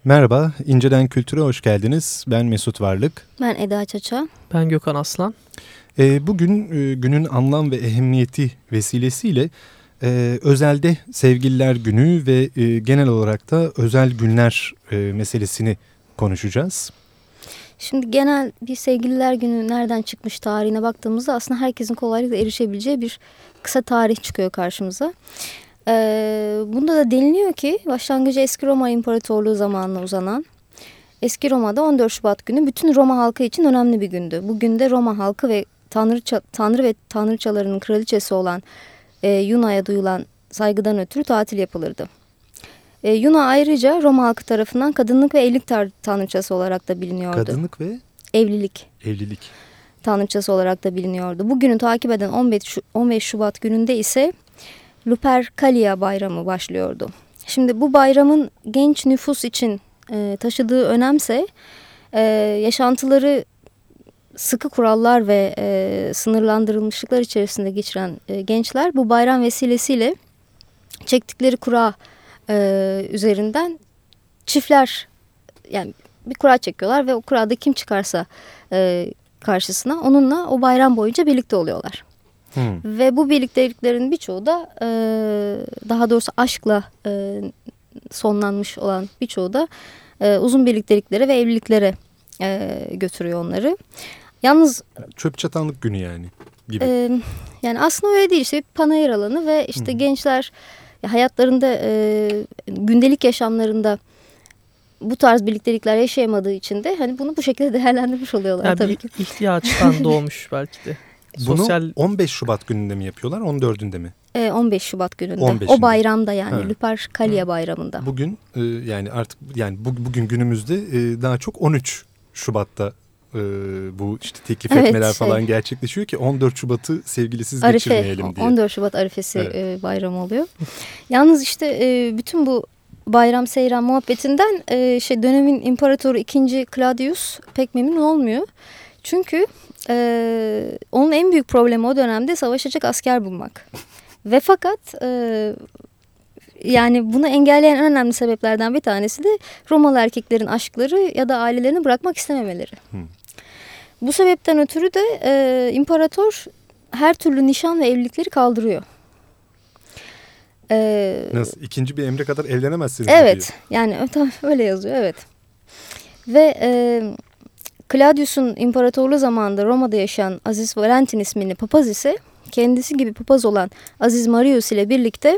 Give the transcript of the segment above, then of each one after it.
Merhaba, İnceden Kültür'e hoş geldiniz. Ben Mesut Varlık. Ben Eda Çaça. Ben Gökhan Aslan. Bugün günün anlam ve ehemmiyeti vesilesiyle özelde Sevgililer Günü ve genel olarak da özel günler meselesini konuşacağız. Şimdi genel bir Sevgililer Günü nereden çıkmış tarihine baktığımızda aslında herkesin kolaylıkla erişebileceği bir kısa tarih çıkıyor karşımıza. Bunda da deniliyor ki başlangıcı eski Roma İmparatorluğu zamanına uzanan eski Roma'da 14 Şubat günü bütün Roma halkı için önemli bir gündü. Bu günde Roma halkı ve tanrı ve tanrıçalarının kraliçesi olan Yuna'ya duyulan saygıdan ötürü tatil yapılırdı. Yuna ayrıca Roma halkı tarafından kadınlık ve evlilik tanrıçası olarak da biliniyordu. Kadınlık ve evlilik tanrıçası olarak da biliniyordu. Bugünü takip eden 15 Şubat gününde ise Lupercalia bayramı başlıyordu. Şimdi bu bayramın genç nüfus için taşıdığı önemse yaşantıları sıkı kurallar ve sınırlandırılmışlıklar içerisinde geçiren gençler bu bayram vesilesiyle çektikleri kura üzerinden çiftler, yani bir kura çekiyorlar ve o kurada kim çıkarsa karşısına onunla o bayram boyunca birlikte oluyorlar. Ve bu birlikteliklerin birçoğu da daha doğrusu aşkla sonlanmış olan birçoğu da uzun birlikteliklere ve evliliklere götürüyor onları. Yalnız çöp çatanlık günü yani gibi. Yani aslında öyle değil, işte bir panayır alanı ve işte gençler hayatlarında gündelik yaşamlarında bu tarz birliktelikler yaşayamadığı için de hani bunu bu şekilde değerlendirmiş oluyorlar yani tabii ki. Bir ihtiyaçtan doğmuş belki de. Bunu 15 Şubat gününde mi yapıyorlar, 14'ünde mi? 15 Şubat gününde. 15'inde. O bayramda yani Lupercalia bayramında. Bugün yani artık yani bugün günümüzde daha çok 13 Şubat'ta bu işte teklif etmeler falan gerçekleşiyor ki 14 Şubat'ı sevgilisiz geçirmeyelim diye. 14 Şubat Arifesi bayramı oluyor. Yalnız işte bütün bu bayram seyran muhabbetinden dönemin imparatoru 2. Claudius pek memnun olmuyor. Çünkü onun en büyük problemi o dönemde savaşacak asker bulmak. Ve fakat yani bunu engelleyen en önemli sebeplerden bir tanesi de Romalı erkeklerin aşkları ya da ailelerini bırakmak istememeleri. Bu sebepten ötürü de imparator her türlü nişan ve evlilikleri kaldırıyor. Nasıl? İkinci bir emre kadar evlenemezsiniz evet, diyor. Yani öyle yazıyor, evet. Ve Claudius'un imparatorluğu zamanında Roma'da yaşayan Aziz Valentin ismini papaz ise kendisi gibi papaz olan Aziz Marius ile birlikte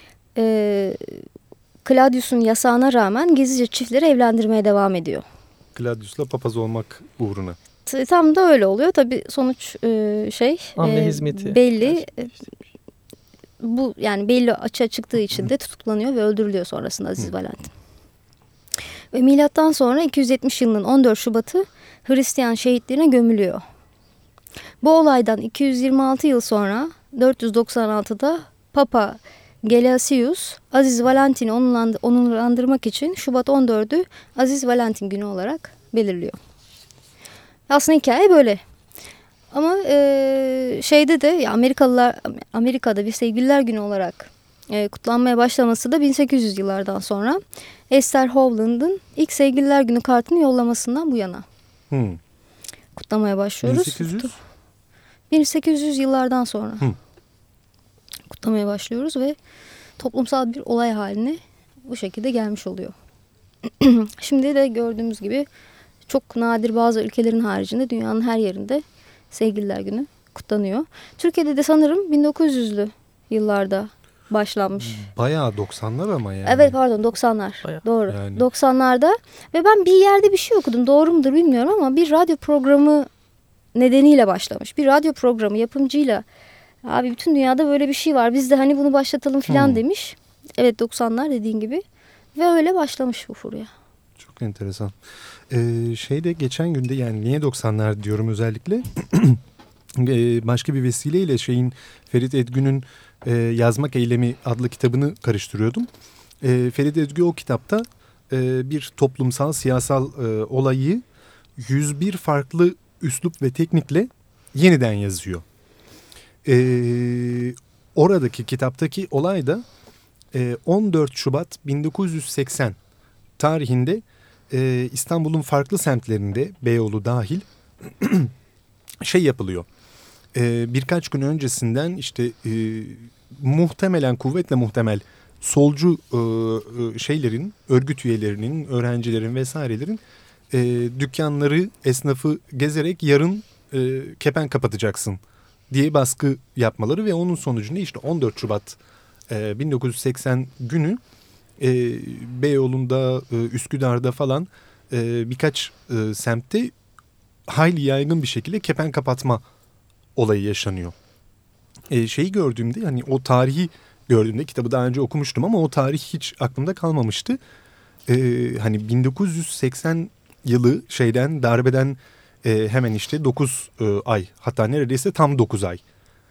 Claudius'un yasağına rağmen gizlice çiftleri evlendirmeye devam ediyor. Claudius'la papaz olmak uğruna. Tam da öyle oluyor. Tabii sonuç Hamle hizmeti belli. Bu yani belli açığa çıktığı için de tutuklanıyor ve öldürülüyor sonrasında Aziz Valentin. Ve milattan sonra 270 yılının 14 Şubat'ı Hristiyan şehitliğine gömülüyor. Bu olaydan 226 yıl sonra 496'da Papa Gelasius Aziz Valentin'i onurlandırmak için Şubat 14'ü Aziz Valentin günü olarak belirliyor. Aslında hikaye böyle. Ama şeyde de Amerika'da bir Sevgililer Günü olarak kutlanmaya başlaması da 1800 yıllardan sonra Esther Howland'ın ilk Sevgililer Günü kartını yollamasından bu yana. Kutlamaya başlıyoruz. 1800 yıllardan sonra kutlamaya başlıyoruz ve toplumsal bir olay haline bu şekilde gelmiş oluyor. Şimdi de gördüğümüz gibi çok nadir bazı ülkelerin haricinde dünyanın her yerinde Sevgililer Günü kutlanıyor. Türkiye'de de sanırım 1900'lü yıllarda başlanmış. Bayağı 90'lar ama yani. Evet, pardon, 90'lar. Bayağı. Doğru. Yani. 90'larda ve ben bir yerde bir şey okudum. Doğru mudur bilmiyorum ama bir radyo programı nedeniyle başlamış. Bir radyo programı yapımcıyla abi bütün dünyada böyle bir şey var. Biz de hani bunu başlatalım falan demiş. Evet, 90'lar dediğin gibi. Ve öyle başlamış bu furya. Çok enteresan. Geçen günde yani niye 90'lar diyorum özellikle başka bir vesileyle Ferit Edgün'ün Yazmak Eylemi adlı kitabını karıştırıyordum. Ferit Edgü o kitapta bir toplumsal siyasal olayı 101 farklı üslup ve teknikle yeniden yazıyor. Oradaki kitaptaki olay da 14 Şubat 1980 tarihinde İstanbul'un farklı semtlerinde, Beyoğlu dahil şey yapılıyor. Birkaç gün öncesinden işte muhtemelen, kuvvetle muhtemel solcu şeylerin, örgüt üyelerinin, öğrencilerin vesairelerin dükkanları, esnafı gezerek yarın kepen kapatacaksın diye baskı yapmaları ve onun sonucunda işte 14 Şubat 1980 günü Beyoğlu'nda, Üsküdar'da falan birkaç semtte hayli yaygın bir şekilde kepen kapatma olayı yaşanıyor. Şeyi gördüğümde, hani o tarihi gördüğümde, kitabı daha önce okumuştum ama o tarih hiç aklımda kalmamıştı. Hani 1980 yılı şeyden, darbeden hemen işte 9 ay, hatta neredeyse tam 9 ay,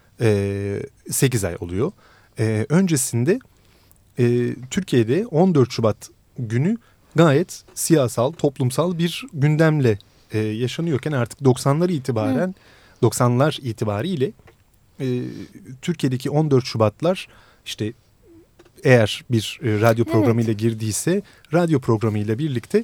8 ay oluyor. Öncesinde Türkiye'de 14 Şubat günü gayet siyasal, toplumsal bir gündemle yaşanıyorken artık 90'lar itibariyle Türkiye'deki 14 Şubatlar işte eğer bir radyo programıyla girdiyse radyo programıyla birlikte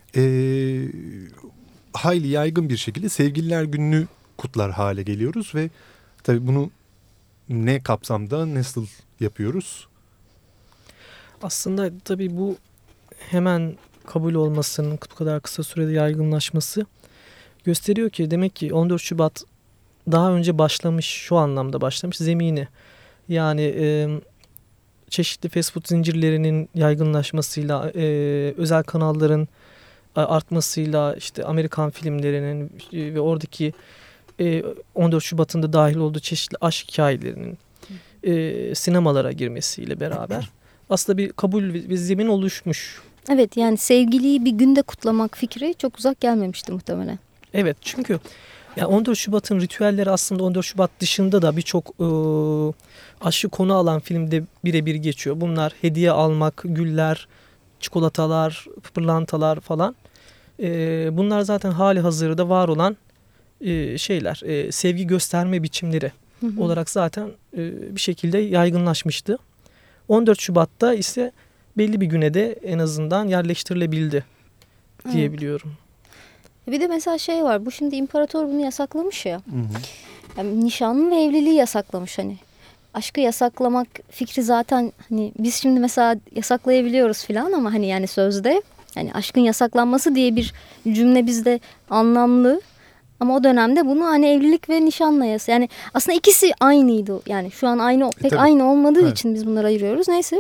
hayli yaygın bir şekilde Sevgililer Günü'nü kutlar hale geliyoruz ve tabii bunu ne kapsamda nasıl yapıyoruz? Aslında tabii bu hemen kabul olmasının bu kadar kısa sürede yaygınlaşması gösteriyor ki demek ki 14 Şubat daha önce başlamış, şu anlamda başlamış zemini. Yani çeşitli fast food zincirlerinin yaygınlaşmasıyla, özel kanalların artmasıyla, işte Amerikan filmlerinin ve oradaki 14 Şubat'ın da dahil olduğu çeşitli aşk hikayelerinin sinemalara girmesiyle beraber aslında bir kabul ve zemin oluşmuş. Evet, yani sevgiliyi bir günde kutlamak fikri çok uzak gelmemişti muhtemelen. Evet, çünkü yani 14 Şubat'ın ritüelleri aslında 14 Şubat dışında da birçok aşkı konu alan filmde birebir geçiyor. Bunlar hediye almak, güller, çikolatalar, pırlantalar falan. Bunlar zaten hali hazırda var olan şeyler, sevgi gösterme biçimleri olarak zaten bir şekilde yaygınlaşmıştı. 14 Şubat'ta ise belli bir güne de en azından yerleştirilebildi diyebiliyorum. Bir de mesela şey var, bu şimdi imparator bunu yasaklamış ya. Yani nişanlı ve evliliği yasaklamış hani. Aşkı yasaklamak fikri zaten hani biz şimdi mesela yasaklayabiliyoruz falan ama hani yani sözde yani aşkın yasaklanması diye bir cümle bizde anlamlı. Ama o dönemde bunu hani evlilik ve nişanla yani aslında ikisi aynıydı. Yani şu an aynı pek aynı olmadığı için biz bunları ayırıyoruz. Neyse.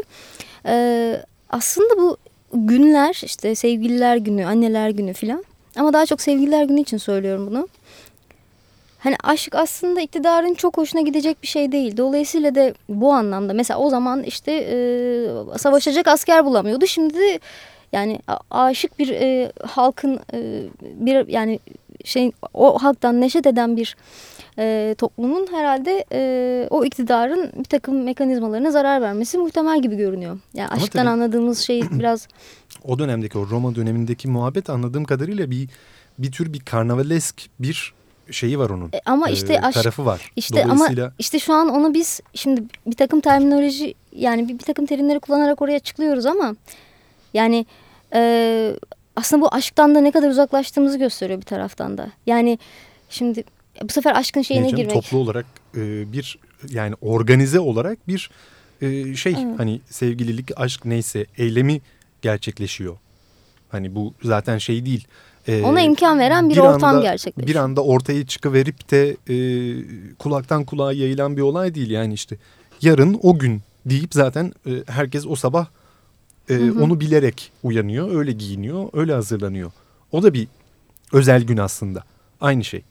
Aslında bu günler işte sevgililer günü, anneler günü falan. Ama daha çok sevgililer günü için söylüyorum bunu. Hani aşk aslında iktidarın çok hoşuna gidecek bir şey değil. Dolayısıyla da bu anlamda mesela o zaman işte savaşacak asker bulamıyordu. Şimdi de yani aşık bir halkın bir yani o halktan neşet eden bir toplumun herhalde o iktidarın bir takım mekanizmalarına zarar vermesi muhtemel gibi görünüyor. Yani aşktan anladığımız şey biraz o dönemdeki, o Roma dönemindeki muhabbet anladığım kadarıyla bir tür bir karnavalesk bir şeyi var onun. Ama işte tarafı var. İşte ama işte şu an onu biz şimdi bir takım terminoloji yani bir takım terimleri kullanarak oraya açıklıyoruz ama yani aslında bu aşktan da ne kadar uzaklaştığımızı gösteriyor bir taraftan da. Yani şimdi bu sefer aşkın şeyine girmek. Toplu olarak bir yani organize olarak bir hani sevgililik, aşk neyse eylemi gerçekleşiyor. Hani bu zaten şey değil. Ona imkan veren bir ortam gerçekleşiyor. Bir anda ortaya çıkıverip de kulaktan kulağa yayılan bir olay değil. Yani işte yarın o gün deyip zaten herkes o sabah onu bilerek uyanıyor, öyle giyiniyor, öyle hazırlanıyor. O da bir özel gün aslında. Aynı şey.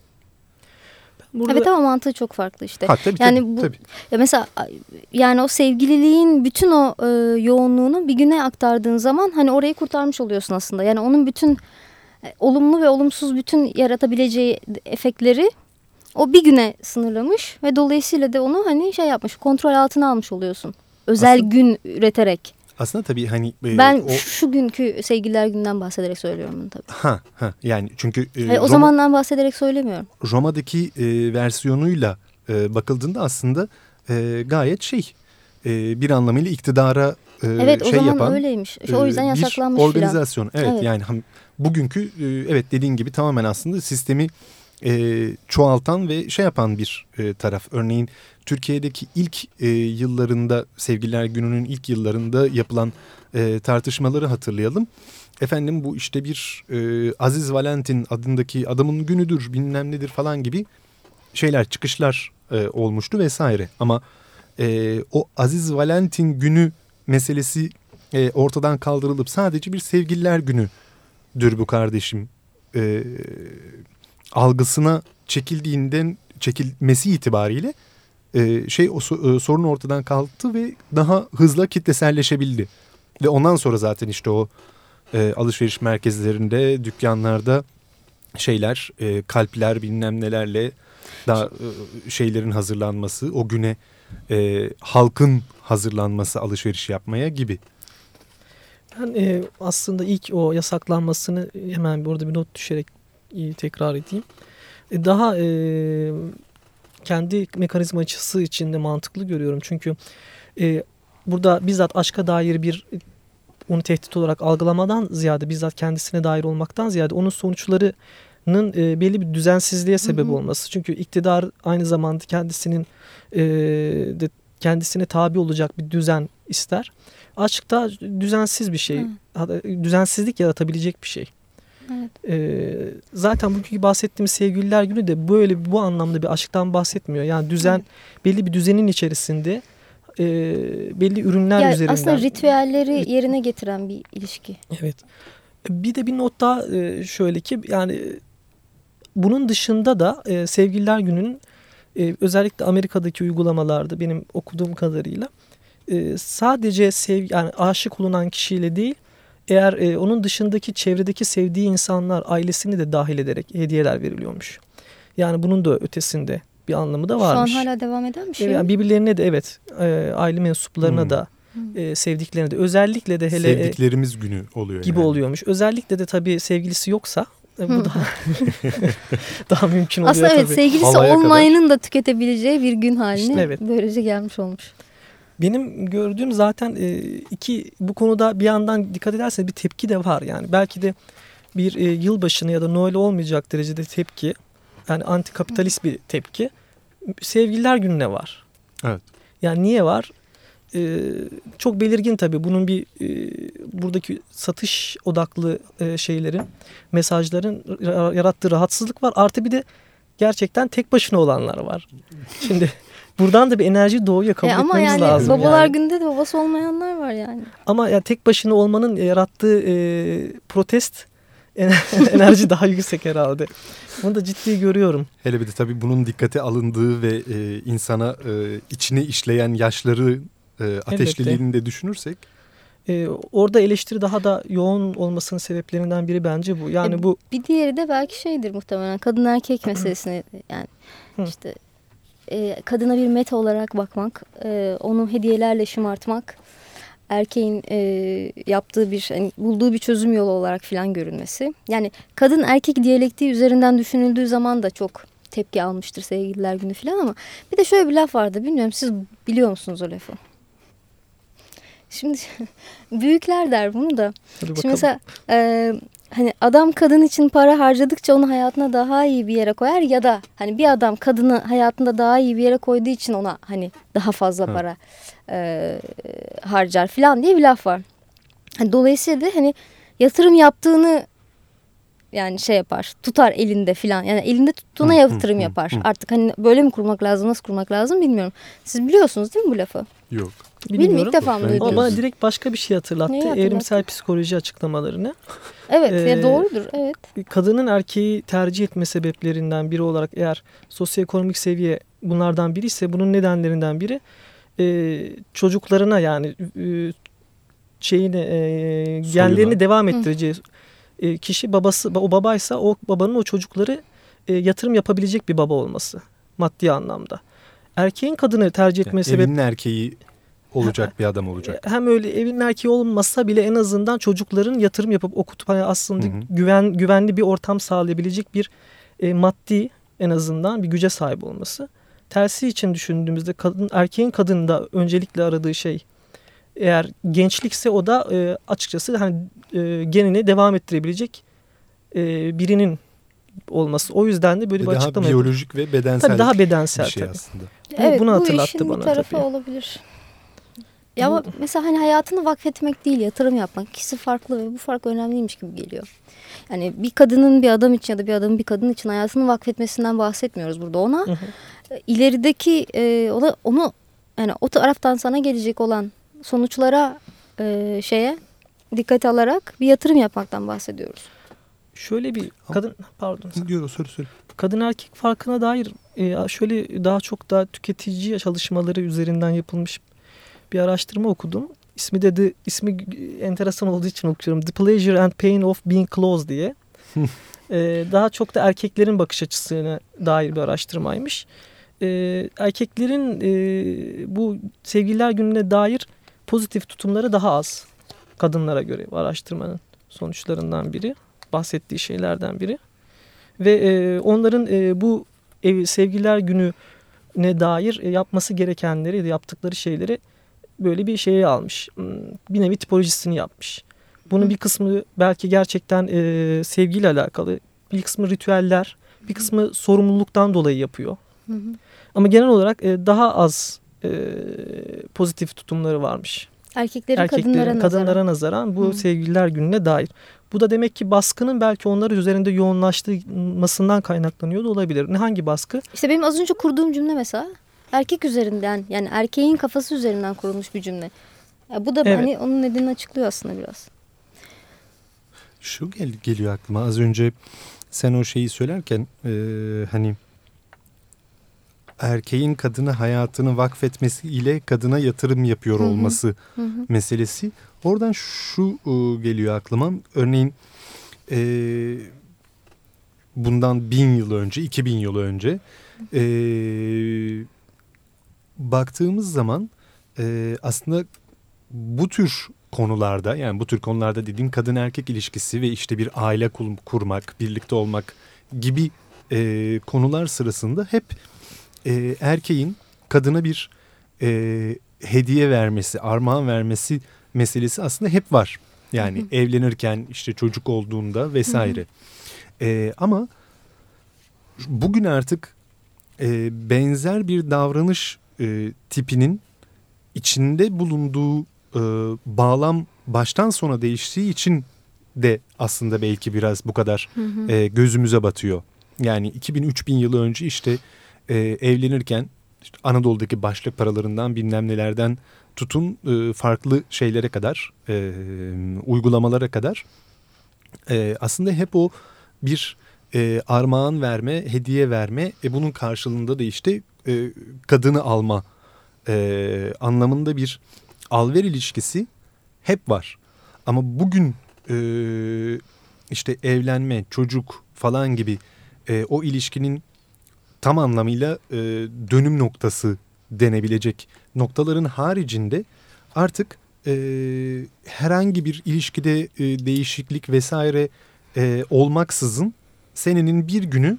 Evet ama mantığı çok farklı işte. Tabii, yani tabii. Ya mesela yani o sevgililiğin bütün o yoğunluğunu bir güne aktardığın zaman hani orayı kurtarmış oluyorsun aslında. Yani onun bütün olumlu ve olumsuz bütün yaratabileceği efektleri o bir güne sınırlamış ve dolayısıyla da onu hani şey yapmış, kontrol altına almış oluyorsun. Özel aslında, gün üreterek. Aslında tabii hani ben şu günkü sevgililer günden bahsederek söylüyorum bunu tabii. Yani çünkü o zamandan bahsederek söylemiyorum. Roma'daki versiyonuyla bakıldığında aslında gayet bir anlamıyla iktidara Evet, o şey zaman yapan öyleymiş. O yüzden yasaklanmış bir organizasyon. Falan. Evet, yani bugünkü evet dediğin gibi tamamen aslında sistemi çoğaltan ve şey yapan bir taraf. Örneğin Türkiye'deki ilk yıllarında, Sevgililer Günü'nün ilk yıllarında yapılan tartışmaları hatırlayalım. Efendim bu işte bir Aziz Valentin adındaki adamın günüdür, bilmem nedir falan gibi şeyler, çıkışlar olmuştu vesaire. Ama o Aziz Valentin günü meselesi ortadan kaldırılıp sadece bir Sevgililer Günü'dür bu kardeşim algısına çekilmesi itibariyle sorun ortadan kalktı ve daha hızla kitleselleşebildi. Ve ondan sonra zaten işte o alışveriş merkezlerinde, dükkanlarda şeyler, kalpler bilmem nelerle daha şeylerin hazırlanması, o güne halkın hazırlanması, alışveriş yapmaya gibi. Ben aslında ilk o yasaklanmasını hemen burada bir not düşerek tekrar edeyim. Daha kendi mekanizma açısı içinde mantıklı görüyorum. Çünkü burada bizzat aşka dair bir onu tehdit olarak algılamadan ziyade, bizzat kendisine dair olmaktan ziyade onun sonuçlarının belli bir düzensizliğe sebep olması. Çünkü iktidar aynı zamanda kendisine tabi olacak bir düzen ister. Aşk da düzensiz bir şey. Düzensizlik yaratabilecek bir şey. Evet. Zaten bugünkü bahsettiğimiz Sevgililer Günü de böyle bu anlamda bir aşktan bahsetmiyor. Yani düzen, belli bir düzenin içerisinde belli ürünler üzerinden. Aslında ritüelleri yerine getiren bir ilişki. Evet. Bir de bir not daha şöyle ki, yani bunun dışında da Sevgililer Günü'nün özellikle Amerika'daki uygulamalarda benim okuduğum kadarıyla sadece yani aşık olunan kişiyle değil, eğer onun dışındaki çevredeki sevdiği insanlar, ailesini de dahil ederek hediyeler veriliyormuş. Yani bunun da ötesinde bir anlamı da varmış. Şu an hala devam eden bir şey mi? Yani birbirlerine de aile mensuplarına da sevdiklerine de, özellikle de hele sevdiklerimiz günü oluyor gibi yani. Oluyormuş. Özellikle de tabii sevgilisi yoksa bu daha mümkün oluyor. Aslında evet, tabii. sevgilisi Halaya olmayanın da tüketebileceği bir gün haline İşte evet. böylece gelmiş olmuş. Benim gördüğüm zaten bu konuda bir yandan dikkat ederseniz bir tepki de var. Yani belki de bir yılbaşını ya da Noel olmayacak derecede tepki, yani antikapitalist bir tepki Sevgililer Günü'ne var. Evet. Yani niye var? Çok belirgin tabii. Bunun bir buradaki satış odaklı şeylerin, mesajların yarattığı rahatsızlık var. Artı bir de gerçekten tek başına olanlar var. Şimdi buradan da bir enerji doğuyor, kabul etmemiz ama yani lazım. babalar gününde de babası olmayanlar var yani. Ama yani tek başına olmanın yarattığı protest enerji daha yüksek herhalde. Bunu da ciddi görüyorum. Hele bir de tabii bunun dikkate alındığı ve insana içine işleyen yaşları ateşliliğini de düşünürsek. Orada eleştiri daha da yoğun olmasının sebeplerinden biri bence bu. Yani bu bir diğeri de belki şeydir muhtemelen, kadın erkek meselesine, yani işte kadına bir meta olarak bakmak, onu hediyelerle şımartmak, erkeğin yaptığı bir, hani bulduğu bir çözüm yolu olarak filan görünmesi. Yani kadın erkek diyalektiği üzerinden düşünüldüğü zaman da çok tepki almıştır Sevgililer Günü filan, ama bir de şöyle bir laf vardı, bilmiyorum siz biliyor musunuz o lafı? Şimdi büyükler der bunu da. Şimdi mesela hani adam kadın için para harcadıkça onu hayatına daha iyi bir yere koyar, ya da hani bir adam kadını hayatında daha iyi bir yere koyduğu için ona hani daha fazla para harcar falan diye bir laf var. Hani dolayısıyla da hani yatırım yaptığını yani şey yapar, tutar elinde falan. Yani elinde tuttuğuna yatırım yapar. Artık hani böyle mi kurmak lazım, nasıl kurmak lazım bilmiyorum. Siz biliyorsunuz değil mi bu lafı? Yok. Bilmiyorum. İlk defa mı duydunuz? Ama bana direkt başka bir şey hatırlattı. Neyi hatırlattı? Evrimsel psikoloji açıklamalarını. Evet, ya doğrudur. Evet. Kadının erkeği tercih etme sebeplerinden biri olarak, eğer sosyoekonomik seviye bunlardan biri ise, bunun nedenlerinden biri çocuklarına, yani genlerini devam ettireceği kişi babası, o babaysa o babanın o çocukları yatırım yapabilecek bir baba olması maddi anlamda. Erkeğin kadını tercih etme sebebi, evinin erkeği olacak bir adam olacak. Hem öyle evin erkeği olmasa bile en azından çocukların yatırım yapıp okutup aslında güvenli bir ortam sağlayabilecek bir maddi, en azından bir güce sahip olması. Tersi için düşündüğümüzde erkeğin kadında öncelikle aradığı şey Eğer gençlikse o da açıkçası hani genini devam ettirebilecek birinin olması. O yüzden de böyle bir açıklama yapıyor. Daha biyolojik ve bedensel, tabii daha bedensel bir şey tabii. aslında. Evet, bunu bu hatırlattı işin bana bir tarafı tabii. olabilir. Ya ama mesela hani hayatını vakfetmek değil, yatırım yapmak. İkisi farklı ve bu fark önemliymiş gibi geliyor. Yani bir kadının bir adam için ya da bir adamın bir kadın için hayatını vakfetmesinden bahsetmiyoruz burada. Ona ilerideki onu yani o taraftan sana gelecek olan sonuçlara dikkat alarak bir yatırım yapmaktan bahsediyoruz. Şöyle bir kadın Söyle. Kadın erkek farkına dair şöyle daha çok da tüketici çalışmaları üzerinden yapılmış bir araştırma okudum. İsmi enteresan olduğu için okuyorum. The Pleasure and Pain of Being Close diye. Daha çok da erkeklerin bakış açısına dair bir araştırmaymış. Erkeklerin bu sevgililer gününe dair pozitif tutumları daha az kadınlara göre, araştırmanın sonuçlarından biri, bahsettiği şeylerden biri. Ve onların bu sevgililer gününe dair yapması gerekenleri, yaptıkları şeyleri böyle bir şeye almış. Bir nevi tipolojisini yapmış. Bunun bir kısmı belki gerçekten sevgiyle alakalı, bir kısmı ritüeller, bir kısmı sorumluluktan dolayı yapıyor. Hı hı. Ama genel olarak daha az pozitif tutumları varmış. Erkeklerin kadınlara nazaran bu sevgililer gününe dair. Bu da demek ki baskının belki onlar üzerinde yoğunlaştırmasından kaynaklanıyor da olabilir. Hangi baskı? İşte benim az önce kurduğum cümle mesela erkek üzerinden, yani erkeğin kafası üzerinden kurulmuş bir cümle. Ya bu da hani onun nedenini açıklıyor aslında biraz. Şu geliyor aklıma az önce sen o şeyi söylerken hani erkeğin kadına hayatını vakfetmesiyle kadına yatırım yapıyor olması meselesi. Oradan şu geliyor aklıma. Örneğin bundan 1000 yıl önce, 2000 yıl önce baktığımız zaman aslında bu tür konularda, yani bu tür konularda dediğim kadın erkek ilişkisi ve işte bir aile kurmak, birlikte olmak gibi konular sırasında hep erkeğin kadına bir hediye vermesi, armağan vermesi meselesi aslında hep var. Yani evlenirken, işte çocuk olduğunda vesaire. Ama bugün artık benzer bir davranış tipinin içinde bulunduğu bağlam baştan sona değiştiği için de aslında belki biraz bu kadar gözümüze batıyor. Yani 2000-3000 yıl önce işte evlenirken işte Anadolu'daki başlık paralarından bilmem nelerden tutun farklı şeylere kadar, uygulamalara kadar aslında hep o bir armağan verme, hediye verme, bunun karşılığında da işte kadını alma anlamında bir al-ver ilişkisi hep var. Ama bugün işte evlenme, çocuk falan gibi o ilişkinin tam anlamıyla dönüm noktası denebilecek noktaların haricinde artık herhangi bir ilişkide değişiklik vesaire olmaksızın senenin bir günü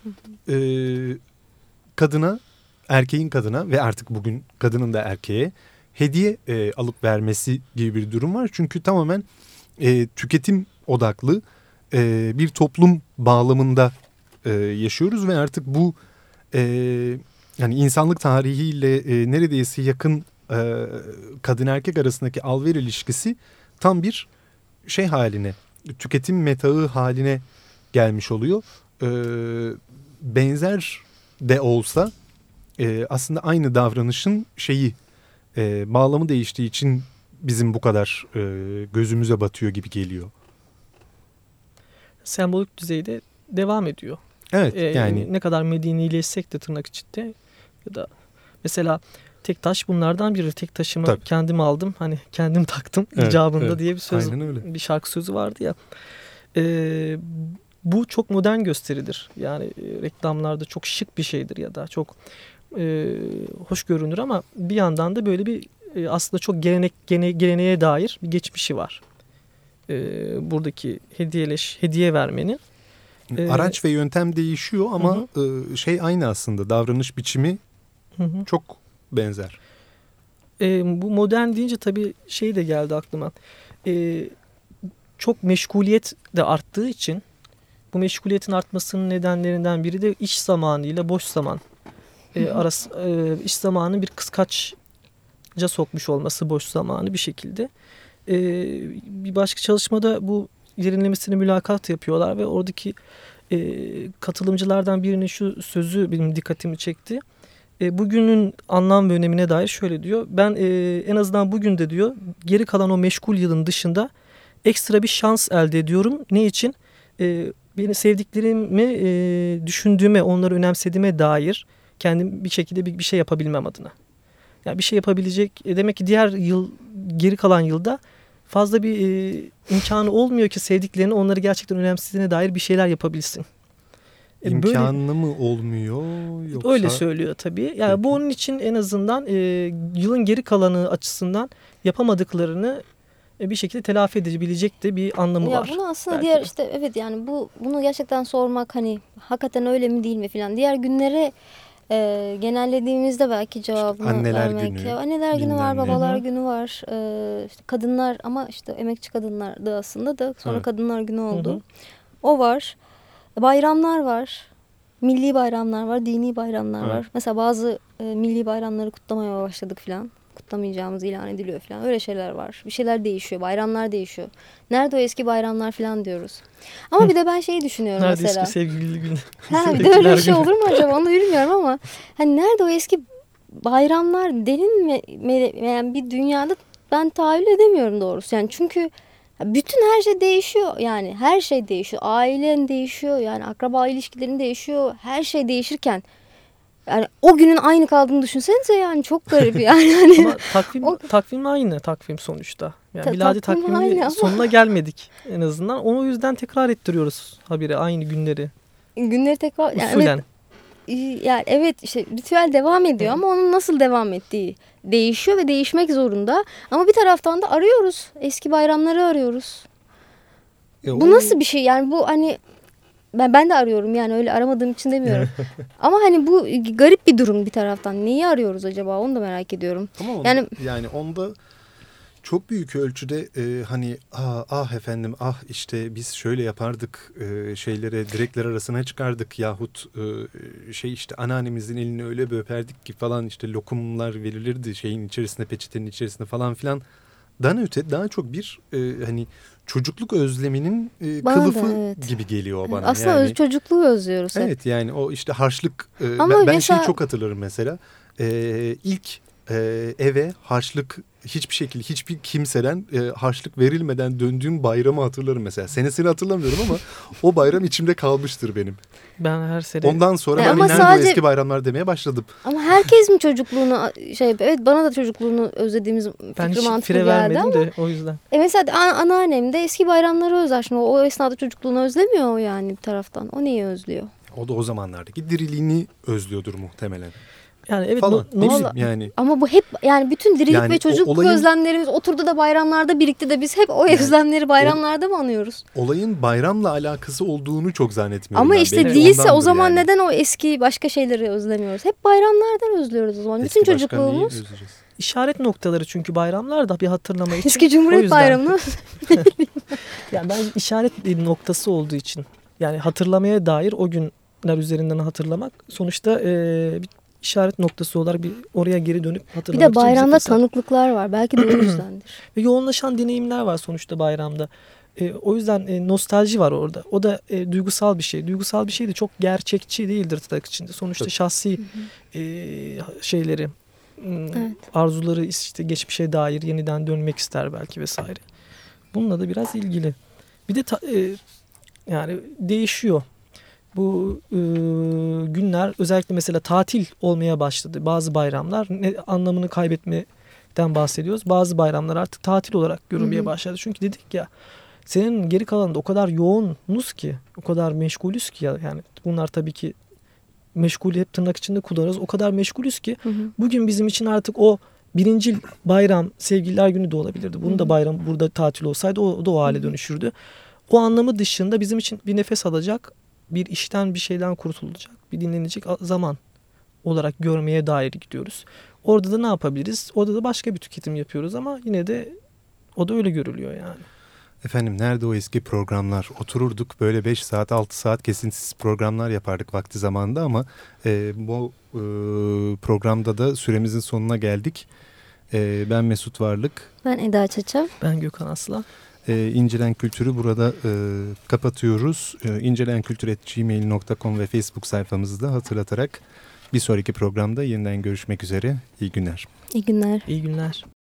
kadına, erkeğin kadına ve artık bugün kadının da erkeğe hediye alıp vermesi gibi bir durum var. Çünkü tamamen tüketim odaklı bir toplum bağlamında yaşıyoruz ve artık bu yani insanlık tarihiyle neredeyse yakın kadın erkek arasındaki al-ver ilişkisi tam bir şey haline, tüketim metağı haline gelmiş oluyor. Benzer de olsa aslında aynı davranışın bağlamı değiştiği için bizim bu kadar gözümüze batıyor gibi geliyor. Sembolik düzeyde devam ediyor. Evet, yani ne kadar medenileşsek de tırnak içinde, ya da mesela tek taş bunlardan biri. Tek taşımı kendim aldım, hani kendim taktım icabında diye bir söz, bir şarkı sözü vardı ya. Bu çok modern gösteridir. Yani reklamlarda çok şık bir şeydir ya da çok hoş görünür ama bir yandan da böyle bir aslında çok geleneğe dair bir geçmişi var. Buradaki hediye vermenin. Araç ve yöntem değişiyor ama şey aynı aslında, davranış biçimi çok benzer. Bu modern deyince tabii şey de geldi aklıma. Çok meşguliyet de arttığı için bu meşguliyetin artmasının nedenlerinden biri de iş zamanı ile boş zaman iş zamanı bir kıskaçca sokmuş olması boş zamanı bir şekilde. Bir başka çalışmada bu derinlemesine mülakat yapıyorlar ve oradaki katılımcılardan birinin şu sözü benim dikkatimi çekti. Bugünün anlam ve önemine dair şöyle diyor. Ben en azından bugün de diyor geri kalan o meşgul yılın dışında ekstra bir şans elde ediyorum. Ne için? Beni sevdiklerimi düşündüğüme, onları önemsediğime dair kendim bir şekilde bir şey yapabilmem adına. Yani bir şey yapabilecek demek ki diğer yıl geri kalan yılda fazla bir imkanı olmuyor ki sevdiklerini onları gerçekten önemsediğine dair bir şeyler yapabilsin. İmkanı böyle, mı olmuyor yoksa? Öyle söylüyor tabii. Yani peki. Bu onun için en azından yılın geri kalanı açısından yapamadıklarını bir şekilde telafi edebilecek de bir anlamı var. Bunu aslında belki diğer de. işte evet yani bunu gerçekten sormak hani hakikaten öyle mi değil mi filan. Diğer günlere genellediğimizde belki cevabını işte anneler vermek. günü. Anneler günü var, babalar günü var. İşte kadınlar ama işte emekçi kadınlardı aslında da sonra kadınlar günü oldu. O var. Bayramlar var. Milli bayramlar var, dini bayramlar var. Mesela bazı milli bayramları kutlamaya başladık filan. Kutlamayacağımız ilan ediliyor falan. Öyle şeyler var. Bir şeyler değişiyor. Bayramlar değişiyor. Nerede o eski bayramlar falan diyoruz. Ama bir de ben şeyi düşünüyorum nerede mesela. Nerede eski sevgili gün? Bir de öyle bir şey olur mu acaba? Onu bilmiyorum ama hani nerede o eski bayramlar denilmeyen bir dünyada ben tahayyül edemiyorum doğrusu. Yani çünkü bütün her şey değişiyor. Yani her şey değişiyor. Ailen değişiyor. Yani akraba ilişkilerin değişiyor. Her şey değişirken yani o günün aynı kaldığını düşünsenize yani çok garip yani. Ama takvim aynı takvim sonuçta. Yani miladi takvimin sonuna gelmedik en azından. O yüzden tekrar ettiriyoruz habire aynı günleri. Günleri tekrar usulen. Yani evet işte ritüel devam ediyor ama onun nasıl devam ettiği değişiyor ve değişmek zorunda. Ama bir taraftan da arıyoruz. Eski bayramları arıyoruz. Bu nasıl bir şey yani bu hani ben de arıyorum yani öyle aramadığım için demiyorum. Ama hani bu garip bir durum bir taraftan. Neyi arıyoruz acaba onu da merak ediyorum. Ama yani onda çok büyük ölçüde hani efendim işte biz şöyle yapardık şeylere direkler arasına çıkardık yahut işte anneannemizin elini öyle bir öperdik ki falan işte lokumlar verilirdi şeyin içerisine peçetenin içerisine falan filan. Daha çok bir hani çocukluk özleminin kılıfı gibi geliyor bana. Aslında yani, çocukluğu özlüyoruz. Evet yani o işte harçlık ben mesela şeyi çok hatırlarım mesela ilk eve harçlık hiçbir kimseden harçlık verilmeden döndüğüm bayramı hatırlarım mesela. Senesini hatırlamıyorum ama o bayram içimde kalmıştır benim. Ben her sene... Ondan sonra ben nerede eski bayramlar demeye başladım. Ama herkes mi çocukluğunu evet bana da çocukluğunu özlediğimiz fikri mantıklı geldi ama. De, o yüzden. Mesela anneannem de eski bayramları özler. Şimdi o esnada çocukluğunu özlemiyor o yani bir taraftan. O neyi özlüyor? O da o zamanlardaki diriliğini özlüyordur muhtemelen. Yani evet yani. Ama bu hep yani bütün dirilik yani ve çocukluk özlemlerimiz oturdu da bayramlarda birikti de biz hep o özlemleri bayramlarda mı anıyoruz? Olayın bayramla alakası olduğunu çok zannetmiyorum. Ama işte değilse o zaman yani. Neden o eski başka şeyleri özlemiyoruz? Hep bayramlardan özlüyoruz o zaman. Eski bütün çocukluğumuz. İşaret noktaları çünkü bayramlar da bir hatırlama için. Eski Cumhuriyet Bayramı'nı. Yani ben işaret noktası olduğu için yani hatırlamaya dair o günler üzerinden hatırlamak sonuçta bir işaret noktası olarak bir oraya geri dönüp hatırlamak için. Bir de bayramda tanıklıklar var. Belki de o yüzdendir. Ve yoğunlaşan deneyimler var sonuçta bayramda. O yüzden nostalji var orada. O da duygusal bir şey. Duygusal bir şey de çok gerçekçi değildir tırnak içinde. Sonuçta şahsi şeyleri, arzuları işte geçmişe dair yeniden dönmek ister belki vesaire. Bununla da biraz ilgili. Bir de yani değişiyor. Bu günler özellikle mesela tatil olmaya başladı. Bazı bayramlar anlamını kaybetmeden bahsediyoruz. Bazı bayramlar artık tatil olarak görünmeye başladı. Çünkü dedik ya senin geri kalanında o kadar yoğunuz ki, o kadar meşgulüz ki yani bunlar tabii ki meşgul hep tırnak içinde kullanıyoruz. O kadar meşgulüz ki bugün bizim için artık o birincil bayram Sevgililer Günü de olabilirdi. Bunun da bayram burada tatil olsaydı o da o hale dönüşürdü. O anlamı dışında bizim için bir nefes alacak, bir işten bir şeyden kurtulacak, bir dinlenecek zaman olarak görmeye dair gidiyoruz. Orada da ne yapabiliriz? Orada da başka bir tüketim yapıyoruz ama yine de o da öyle görülüyor yani. Efendim nerede o eski programlar? Otururduk böyle 5 saat 6 saat kesintisiz programlar yapardık vakti zamanında ama bu programda da süremizin sonuna geldik. Ben Mesut Varlık. Ben Eda Çaça. Ben Gökhan Aslan. İncelen Kültür'ü burada kapatıyoruz. incelenkültür@gmail.com ve Facebook sayfamızı da hatırlatarak bir sonraki programda yeniden görüşmek üzere. İyi günler. İyi günler. İyi günler.